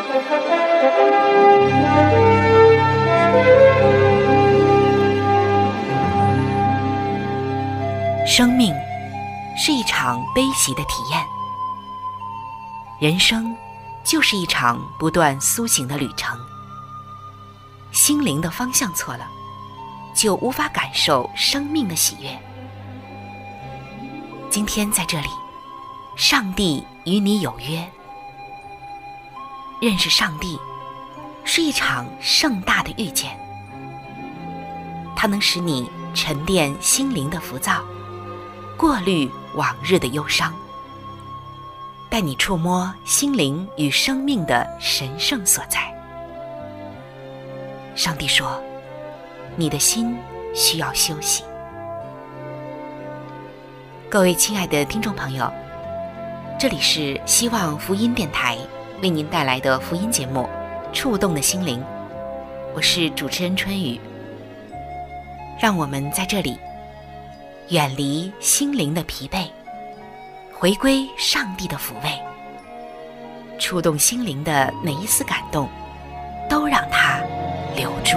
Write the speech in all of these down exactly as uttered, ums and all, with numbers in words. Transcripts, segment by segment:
生命是一场悲喜的体验，人生就是一场不断苏醒的旅程。心灵的方向错了，就无法感受生命的喜悦。今天在这里，上帝与你有约。认识上帝是一场盛大的遇见，它能使你沉淀心灵的浮躁，过滤往日的忧伤，带你触摸心灵与生命的神圣所在。上帝说，你的心需要休息。各位亲爱的听众朋友，这里是希望福音电台为您带来的福音节目《触动的心灵》，我是主持人春雨。让我们在这里远离心灵的疲惫，回归上帝的抚慰，触动心灵的每一丝感动，都让它留住。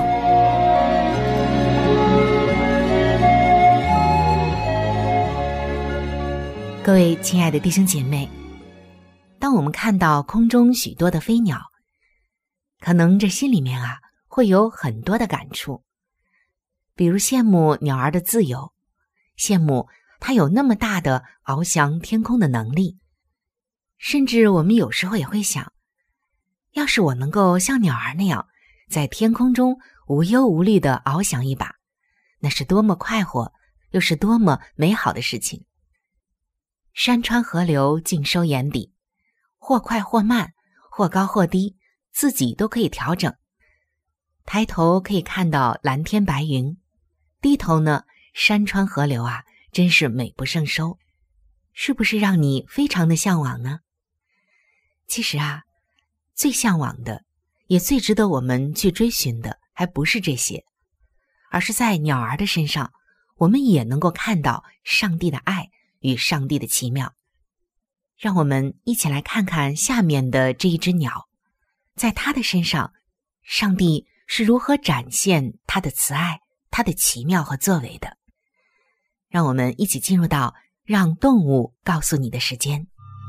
各位亲爱的弟兄姐妹，当我们看到空中许多的飞鸟，可能这心里面啊会有很多的感触，比如羡慕鸟儿的自由，羡慕它有那么大的翱翔天空的能力，甚至我们有时候也会想，要是我能够像鸟儿那样在天空中无忧无虑地翱翔一把，那是多么快活，又是多么美好的事情。山川河流尽收眼底，或快或慢，或高或低，自己都可以调整。抬头可以看到蓝天白云，低头呢，山川河流啊，真是美不胜收，是不是让你非常的向往呢？其实啊，最向往的，也最值得我们去追寻的，还不是这些，而是在鸟儿的身上，我们也能够看到上帝的爱与上帝的奇妙。让我们一起来看看下面的这一只鸟，在它的身上，上帝是如何展现他的慈爱，他的奇妙和作为的。让我们一起进入到让动物告诉你的时间。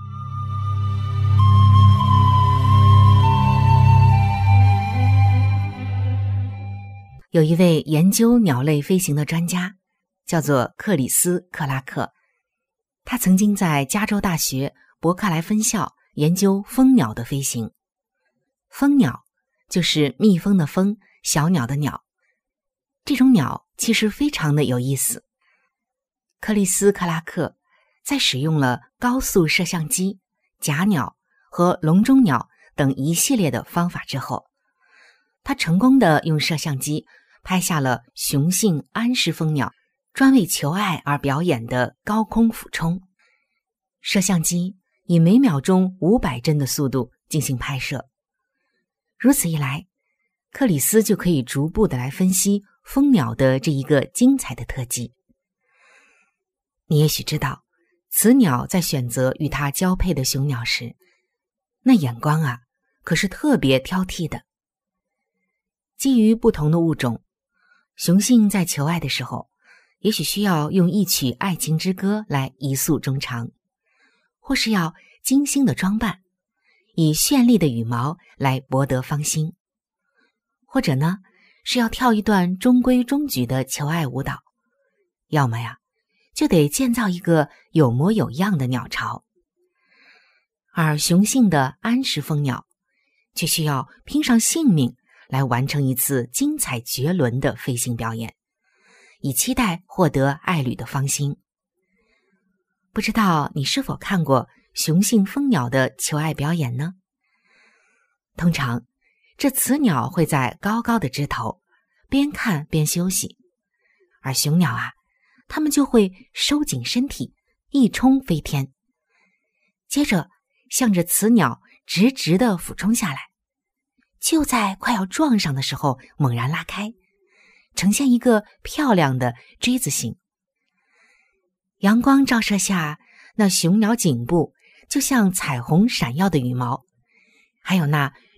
有一位研究鸟类飞行的专家，叫做克里斯·克拉克，他曾经在加州大学伯克莱分校研究蜂鸟的飞行。蜂鸟就是蜜蜂的蜂，小鸟的鸟。这种鸟其实非常的有意思。克里斯·克拉克在使用了高速摄像机、假鸟和笼中鸟等一系列的方法之后，他成功的用摄像机拍下了雄性安氏蜂鸟专为求爱而表演的高空俯冲。摄像机以每秒钟五百帧的速度进行拍摄。如此一来，克里斯就可以逐步的来分析蜂鸟的这一个精彩的特技。你也许知道，雌鸟在选择与它交配的雄鸟时，那眼光啊，可是特别挑剔的。基于不同的物种，雄性在求爱的时候，也许需要用一曲爱情之歌来一诉衷肠，或是要精心的装扮，以绚丽的羽毛来博得芳心，或者呢，是要跳一段中规中矩的求爱舞蹈，要么呀，就得建造一个有模有样的鸟巢。而雄性的安氏蜂鸟却需要拼上性命来完成一次精彩绝伦的飞行表演，以期待获得爱侣的芳心。不知道你是否看过雄性蜂鸟的求爱表演呢？通常，这雌鸟会在高高的枝头边看边休息，而雄鸟啊，它们就会收紧身体，一冲飞天，接着向着雌鸟直直地俯冲下来，就在快要撞上的时候猛然拉开，呈现一个漂亮的锥子形。阳光照射下，那雄鸟颈部就像彩虹闪耀的羽毛，还有那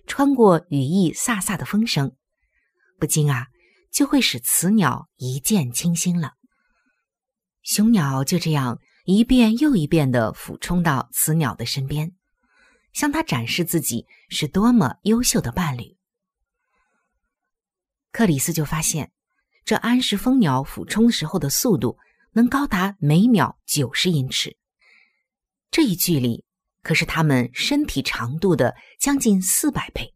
穿过羽翼飒飒的风声，不禁啊，就会使雌鸟一见倾心了。雄鸟就这样一遍又一遍地俯冲到雌鸟的身边，向它展示自己是多么优秀的伴侣。克里斯就发现，这安氏蜂鸟俯冲时候的速度能高达每秒九十英尺，这一距离可是它们身体长度的将近四百倍。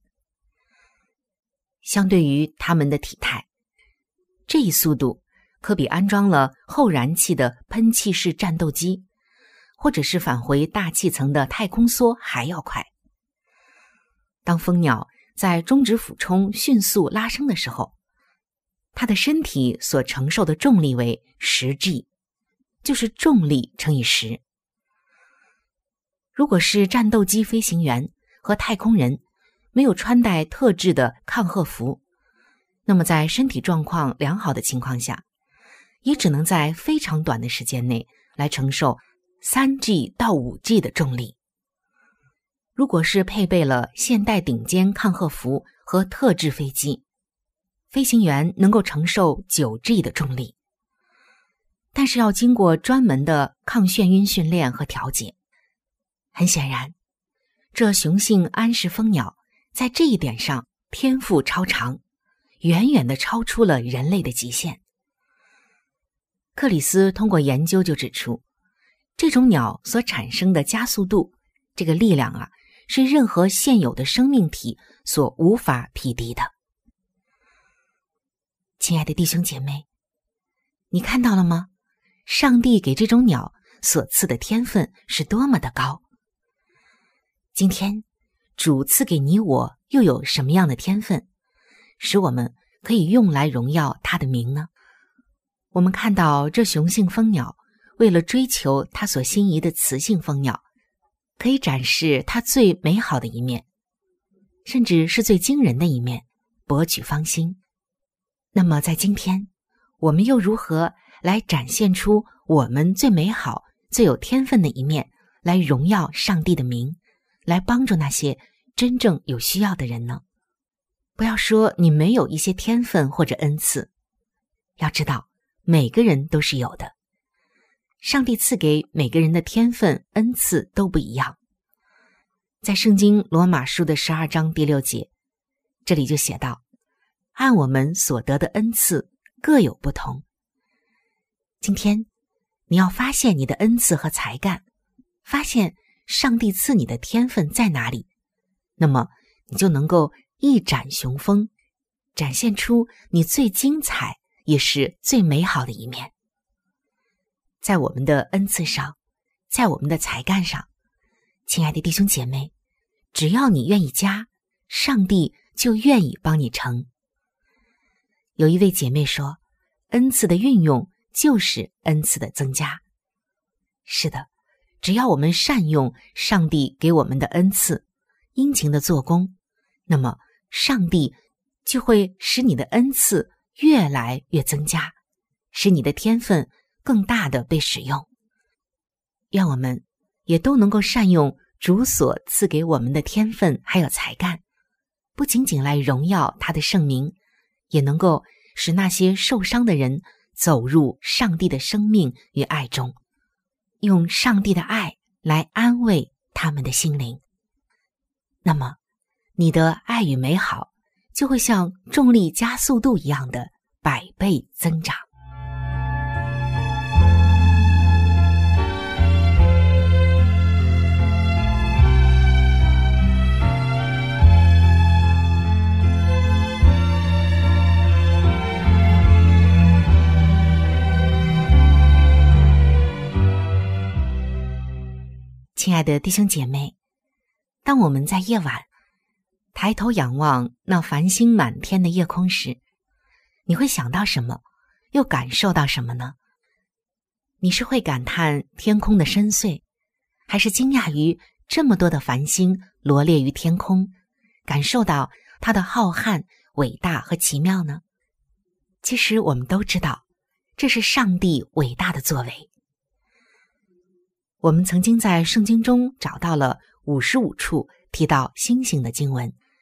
相对于它们的体态，这一速度可比安装了后燃气的喷气式战斗机，或者是返回大气层的太空梭还要快。当蜂鸟在终止俯冲迅速拉升的时候，它的身体所承受的重力为 十 G， 就是重力乘以十。如果是战斗机飞行员和太空人没有穿戴特制的抗荷服，那么在身体状况良好的情况下，也只能在非常短的时间内来承受 三 G 到 五 G 的重力。如果是配备了现代顶尖抗荷服和特制飞机，飞行员能够承受 九 G 的重力，但是要经过专门的抗眩晕训练和调节。很显然，这雄性安氏蜂鸟在这一点上天赋超常，远远地超出了人类的极限。克里斯通过研究就指出，这种鸟所产生的加速度，这个力量啊，是任何现有的生命体所无法匹敌的。亲爱的弟兄姐妹，你看到了吗？上帝给这种鸟所赐的天分是多么的高。今天主赐给你我又有什么样的天分，使我们可以用来荣耀他的名呢？我们看到这雄性蜂鸟为了追求它所心仪的雌性蜂鸟，可以展示它最美好的一面，甚至是最惊人的一面，博取芳心。那么在今天，我们又如何来展现出我们最美好最有天分的一面，来荣耀上帝的名，来帮助那些真正有需要的人呢？不要说你没有一些天分或者恩赐，要知道每个人都是有的，上帝赐给每个人的天分恩赐都不一样。在圣经罗马书的十二章第六节，这里就写道，按我们所得的恩赐各有不同。今天你要发现你的恩赐和才干，发现上帝赐你的天分在哪里，那么你就能够一展雄风，展现出你最精彩也是最美好的一面。在我们的恩赐上，在我们的才干上，亲爱的弟兄姐妹，只要你愿意加，上帝就愿意帮你成。有一位姐妹说，恩赐的运用就是恩赐的增加。是的，只要我们善用上帝给我们的恩赐，殷勤的做工，那么上帝就会使你的恩赐越来越增加，使你的天分更大的被使用。愿我们也都能够善用主所赐给我们的天分还有才干，不仅仅来荣耀他的圣名，也能够使那些受伤的人走入上帝的生命与爱中，用上帝的爱来安慰他们的心灵。那么你的爱与美好就会像重力加速度一样的百倍增长。亲爱的弟兄姐妹，当我们在夜晚抬头仰望那繁星满天的夜空时，你会想到什么，又感受到什么呢？你是会感叹天空的深邃，还是惊讶于这么多的繁星罗列于天空，感受到它的浩瀚、伟大和奇妙呢？其实我们都知道，这是上帝伟大的作为。我们曾经在圣经中找到了五十五处提到星星的经文，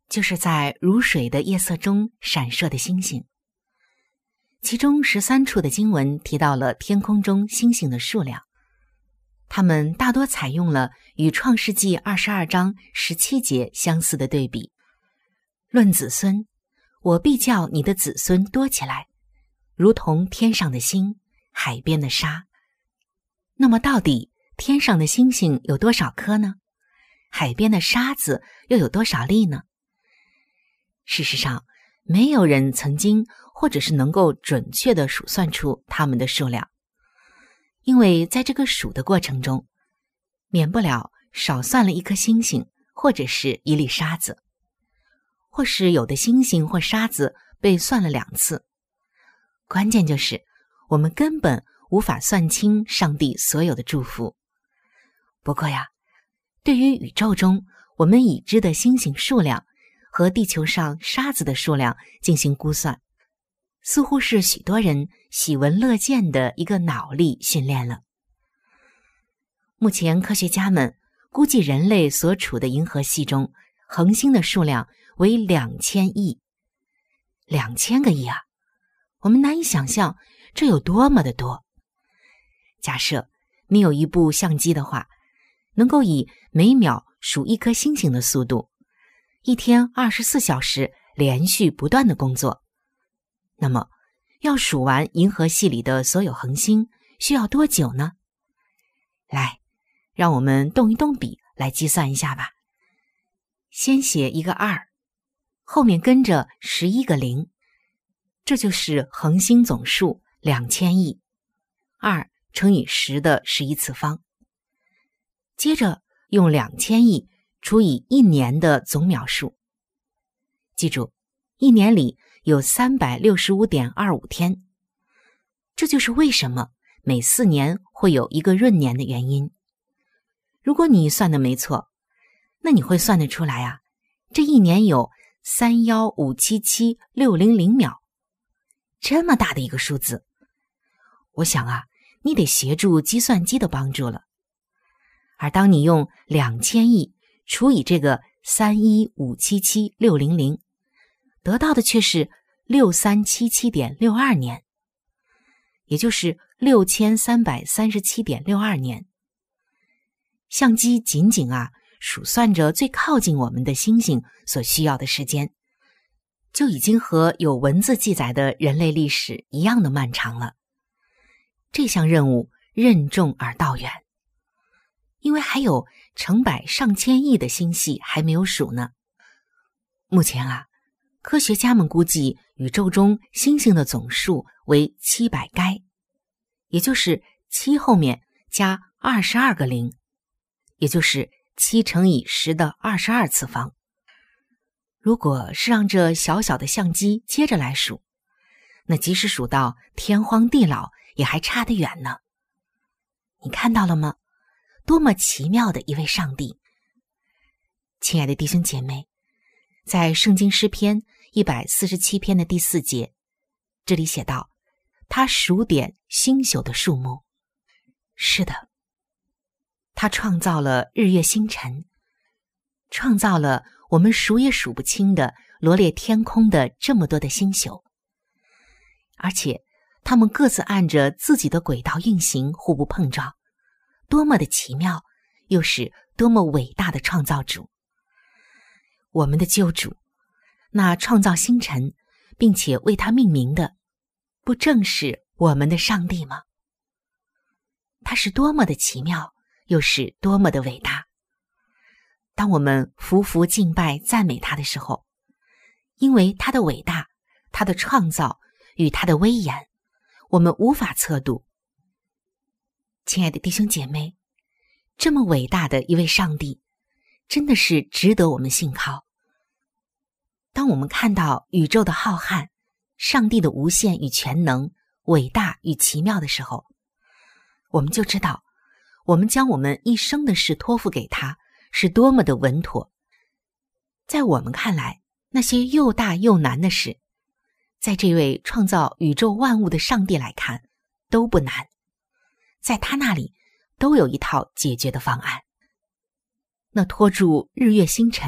就是在如水的夜色中闪烁的星星。其中十三处的经文提到了天空中星星的数量，它们大多采用了与创世纪二十二章十七节相似的对比。论子孙，我必叫你的子孙多起来，如同天上的星，海边的沙。那么到底天上的星星有多少颗呢？海边的沙子又有多少粒呢？事实上，没有人曾经或者是能够准确地数算出它们的数量，因为在这个数的过程中，免不了少算了一颗星星或者是一粒沙子，或是有的星星或沙子被算了两次。关键就是我们根本无法算清上帝所有的祝福。不过呀，对于宇宙中我们已知的星星数量和地球上沙子的数量进行估算，似乎是许多人喜闻乐见的一个脑力训练了。目前科学家们估计人类所处的银河系中恒星的数量为两千亿。两千个亿啊！我们难以想象这有多么的多。假设你有一部相机的话，能够以每秒数一颗星星的速度，一天二十四小时连续不断的工作，那么要数完银河系里的所有恒星需要多久呢？来，让我们动一动笔来计算一下吧。先写一个二，后面跟着十一个零，这就是恒星总数两千亿，二乘以十的十一次方。接着用两千亿除以一年的总秒数。记住，一年里有 三百六十五点二五 天，这就是为什么每四年会有一个闰年的原因。如果你算的没错，那你会算得出来啊，这一年有三一五七七六零零秒，这么大的一个数字。我想啊，你得协助计算机的帮助了。而当你用两千亿除以这个三一五七七六零零，得到的却是六三七七点六二年，也就是六千三百三十七点六二年。相机仅仅啊数算着最靠近我们的星星所需要的时间，就已经和有文字记载的人类历史一样的漫长了。这项任务任重而道远，因为还有成百上千亿的星系还没有数呢。目前啊，科学家们估计宇宙中星星的总数为七百该，也就是七后面加二十二个零，也就是七乘以十的二十二次方。如果是让这小小的相机接着来数，那即使数到天荒地老也还差得远呢。你看到了吗？多么奇妙的一位上帝！亲爱的弟兄姐妹，在圣经诗篇一百四十七篇的第四节，这里写道，他数点星宿的数目。是的，他创造了日月星辰，创造了我们数也数不清的罗列天空的这么多的星宿，而且他们各自按着自己的轨道运行，互不碰撞。多么的奇妙，又是多么伟大的创造主！我们的救主，那创造星辰并且为他命名的，不正是我们的上帝吗？他是多么的奇妙，又是多么的伟大！当我们匍匐敬拜赞美他的时候，因为他的伟大，他的创造与他的威严，我们无法测度。亲爱的弟兄姐妹，这么伟大的一位上帝，真的是值得我们信靠。当我们看到宇宙的浩瀚，上帝的无限与全能，伟大与奇妙的时候，我们就知道，我们将我们一生的事托付给他，是多么的稳妥。在我们看来，那些又大又难的事，在这位创造宇宙万物的上帝来看，都不难。在他那里都有一套解决的方案。那拖住日月星辰，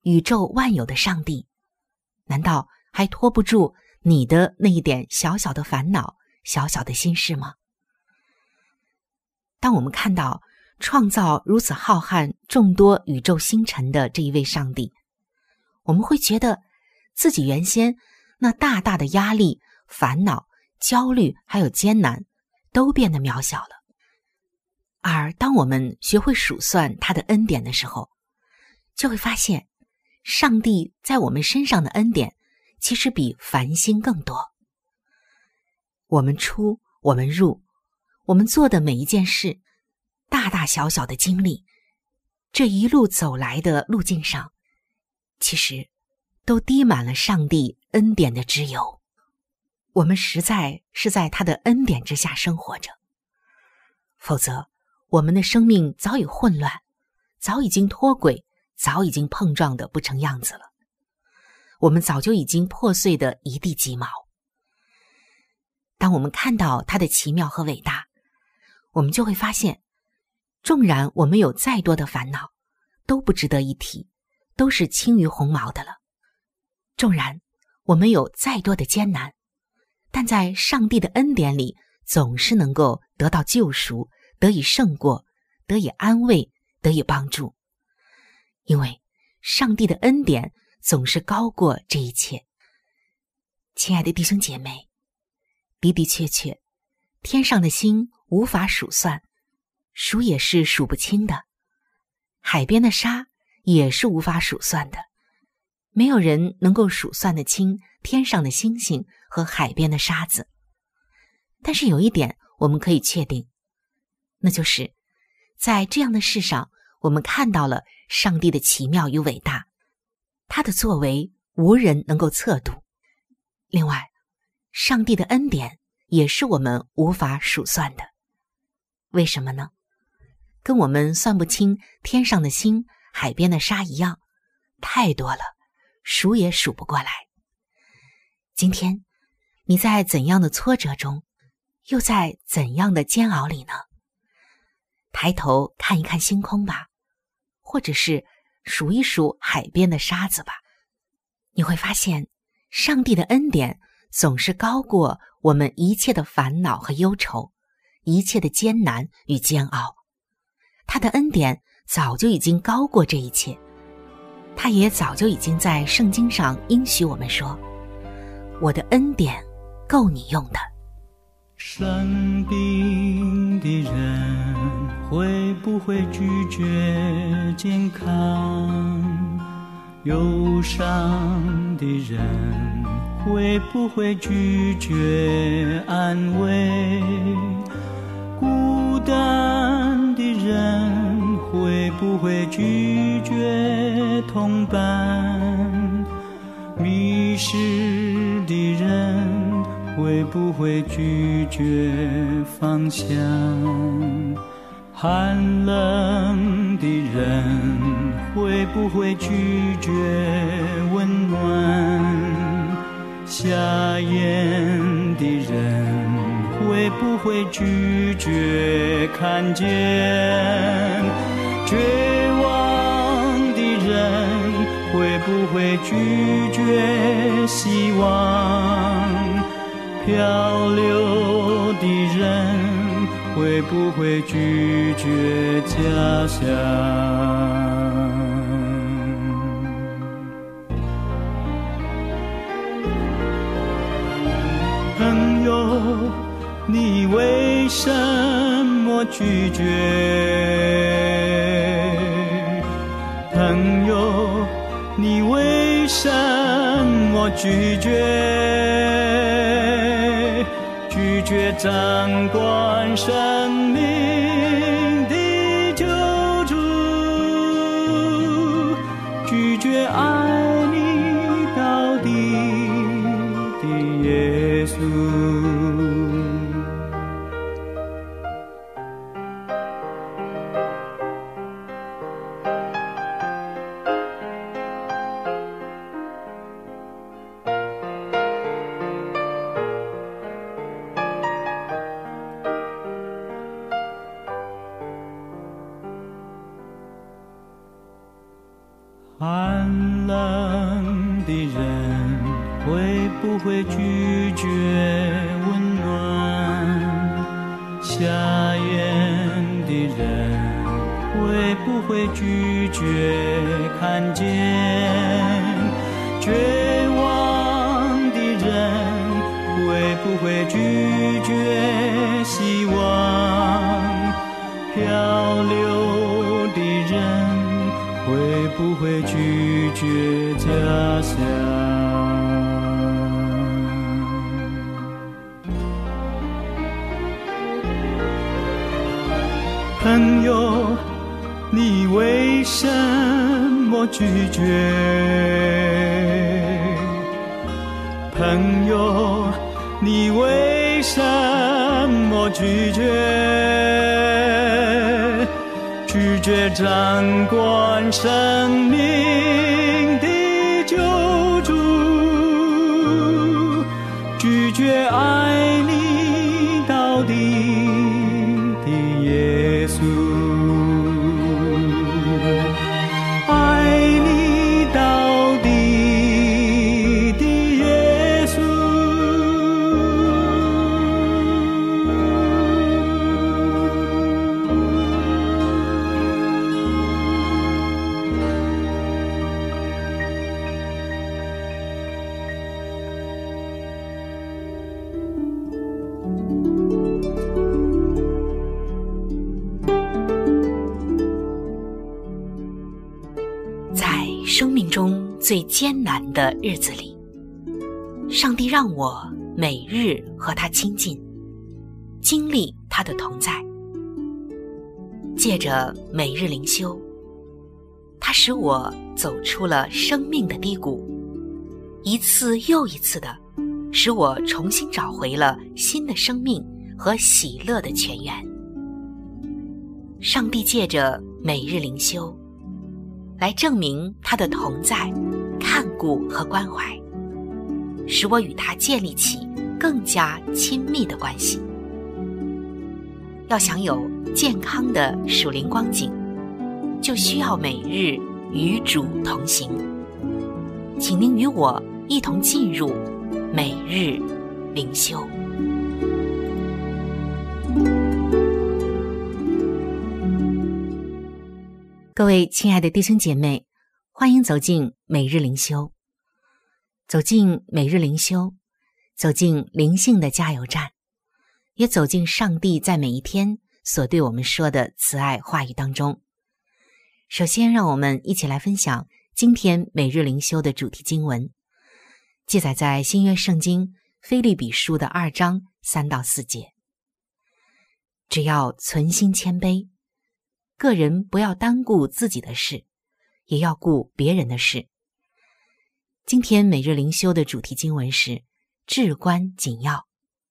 宇宙万有的上帝，难道还拖不住你的那一点小小的烦恼、小小的心事吗？当我们看到创造如此浩瀚众多宇宙星辰的这一位上帝，我们会觉得自己原先那大大的压力、烦恼、焦虑还有艰难都变得渺小了。而当我们学会数算他的恩典的时候，就会发现上帝在我们身上的恩典其实比繁星更多。我们出，我们入，我们做的每一件事，大大小小的经历，这一路走来的路径上，其实都滴满了上帝恩典的脂油。我们实在是在他的恩典之下生活着，否则我们的生命早已混乱，早已经脱轨，早已经碰撞的不成样子了。我们早就已经破碎的一地鸡毛。当我们看到他的奇妙和伟大，我们就会发现，纵然我们有再多的烦恼，都不值得一提，都是轻于鸿毛的了。纵然我们有再多的艰难，但在上帝的恩典里，总是能够得到救赎，得以胜过，得以安慰，得以帮助。因为上帝的恩典总是高过这一切。亲爱的弟兄姐妹，的的确确，天上的星无法数算，数也是数不清的；海边的沙也是无法数算的。没有人能够数算得清天上的星星和海边的沙子。但是有一点我们可以确定，那就是在这样的世上，我们看到了上帝的奇妙与伟大，他的作为无人能够测度。另外，上帝的恩典也是我们无法数算的。为什么呢？跟我们算不清天上的星、海边的沙一样，太多了，数也数不过来。今天你在怎样的挫折中，又在怎样的煎熬里呢？抬头看一看星空吧，或者是数一数海边的沙子吧。你会发现，上帝的恩典总是高过我们一切的烦恼和忧愁，一切的艰难与煎熬。他的恩典早就已经高过这一切，他也早就已经在圣经上应许我们说，我的恩典够你用的。 生病的人会不会拒绝健康？忧伤的人会不会拒绝安慰？孤单的人会不会拒绝同伴？迷失的人会不会拒绝方向？寒冷的人会不会拒绝温暖？瞎眼的人会不会拒绝看见？绝望的人会不会拒绝希望？漂流的人会不会拒绝家乡？朋友，你为什么拒绝？朋友，你为什么拒绝？拒绝掌管生命的救主，拒绝爱你到底的耶稣。 寒冷的人会不会拒绝温暖？瞎眼的人会不会拒绝看见？绝望的人会不会拒绝希望？漂流的人会不会拒绝家乡？朋友，你为什么拒绝？朋友，你为什么拒绝？拒绝掌管生命的救主，拒绝爱你到底的耶稣，爱你到底的耶稣。 生命中最艰难的日子里，上帝让我每日和他亲近，经历他的同在。借着每日灵修，他使我走出了生命的低谷，一次又一次的使我重新找回了新的生命和喜乐的泉源。上帝借着每日灵修来证明他的同在、看顾和关怀，使我与他建立起更加亲密的关系。要享有健康的属灵光景，就需要每日与主同行。请您与我一同进入每日灵修。各位亲爱的弟兄姐妹，欢迎走进每日灵修。走进每日灵修，走进灵性的加油站，也走进上帝在每一天所对我们说的慈爱话语当中。首先，让我们一起来分享今天每日灵修的主题经文，记载在新约圣经腓立比书的二章三到四节。只要存心谦卑，个人不要单顾自己的事，也要顾别人的事。今天每日灵修的主题经文是至关紧要。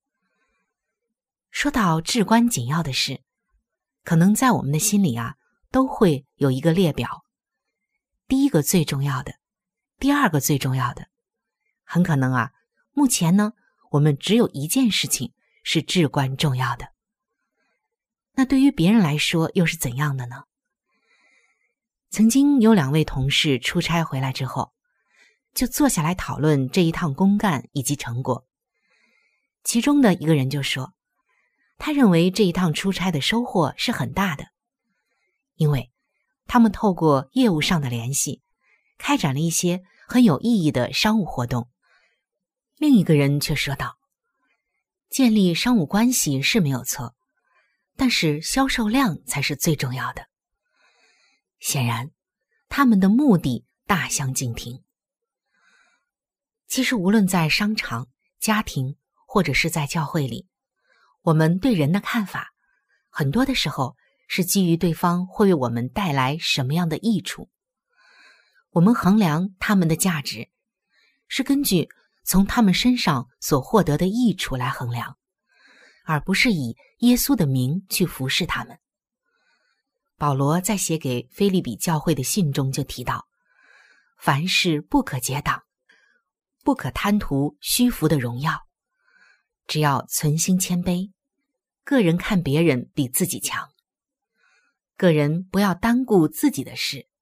说到至关紧要的事，可能在我们的心里啊，都会有一个列表。第一个最重要的，第二个最重要的，很可能啊，目前呢，我们只有一件事情是至关重要的。那对于别人来说又是怎样的呢？曾经有两位同事出差回来之后，就坐下来讨论这一趟公干以及成果。其中的一个人就说，他认为这一趟出差的收获是很大的，因为他们透过业务上的联系，开展了一些很有意义的商务活动。另一个人却说道，建立商务关系是没有错，但是销售量才是最重要的。显然，他们的目的大相径庭。其实无论在商场、家庭或者是在教会里，我们对人的看法，很多的时候是基于对方会为我们带来什么样的益处。我们衡量他们的价值，是根据从他们身上所获得的益处来衡量，而不是以耶稣的名去服侍他们。保罗在写给腓立比教会的信中就提到，凡事不可结党，不可贪图虚浮的荣耀，只要存心谦卑，个人看别人比自己强，个人不要单顾自己的事，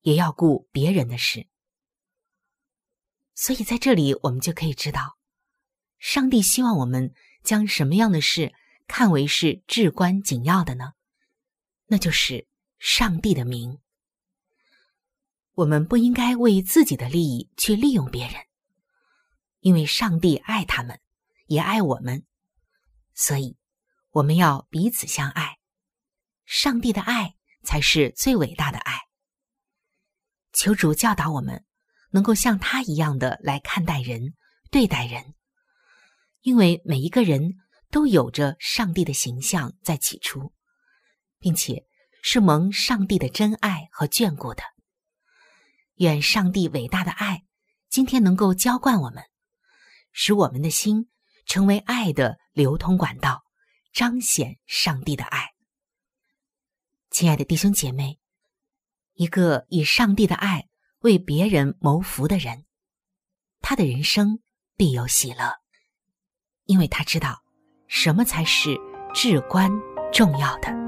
也要顾别人的事。所以在这里我们就可以知道，上帝希望我们将什么样的事看为是至关紧要的呢？那就是上帝的名。我们不应该为自己的利益去利用别人，因为上帝爱他们，也爱我们，所以我们要彼此相爱。上帝的爱才是最伟大的爱。求主教导我们能够像他一样的来看待人，对待人，因为每一个人都有着上帝的形象在起初，并且是蒙上帝的真爱和眷顾的。愿上帝伟大的爱今天能够浇灌我们，使我们的心成为爱的流通管道，彰显上帝的爱。亲爱的弟兄姐妹，一个以上帝的爱为别人谋福的人，他的人生必有喜乐，因为他知道什么才是至关重要的。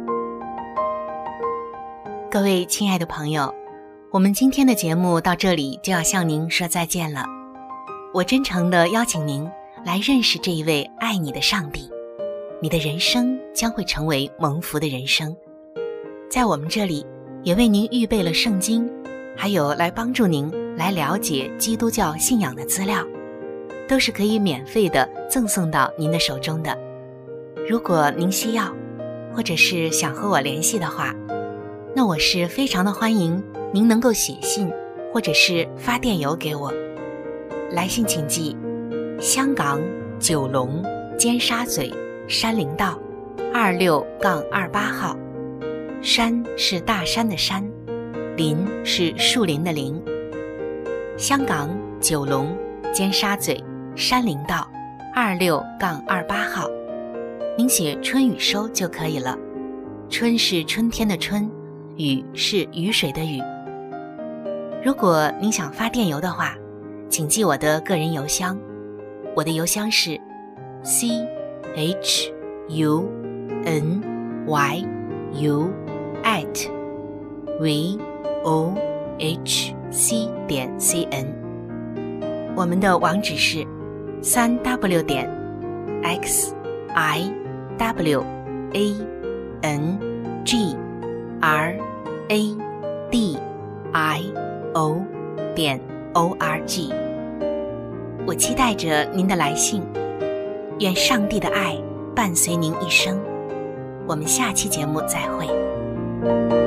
各位亲爱的朋友，我们今天的节目到这里就要向您说再见了。我真诚地邀请您来认识这一位爱你的上帝，你的人生将会成为蒙福的人生。在我们这里也为您预备了圣经，还有来帮助您来了解基督教信仰的资料，都是可以免费的赠送到您的手中的。如果您需要，或者是想和我联系的话，那我是非常的欢迎您能够写信或者是发电邮给我。来信请寄香港九龙尖沙咀山林道二六杠二八号，山是大山的山，林是树林的林。香港九龙尖沙咀山林道二六杠二八号，您写春雨收就可以了。春是春天的春，雨是雨水的雨。如果您想发电邮的话，请记我的个人邮箱，我的邮箱是 c h u n y u at v o h c 点 c n。 我们的网址是 三 w 点 x i w a n g r a d i o 点 o r g。 我期待着您的来信，愿上帝的爱伴随您一生。我们下期节目再会。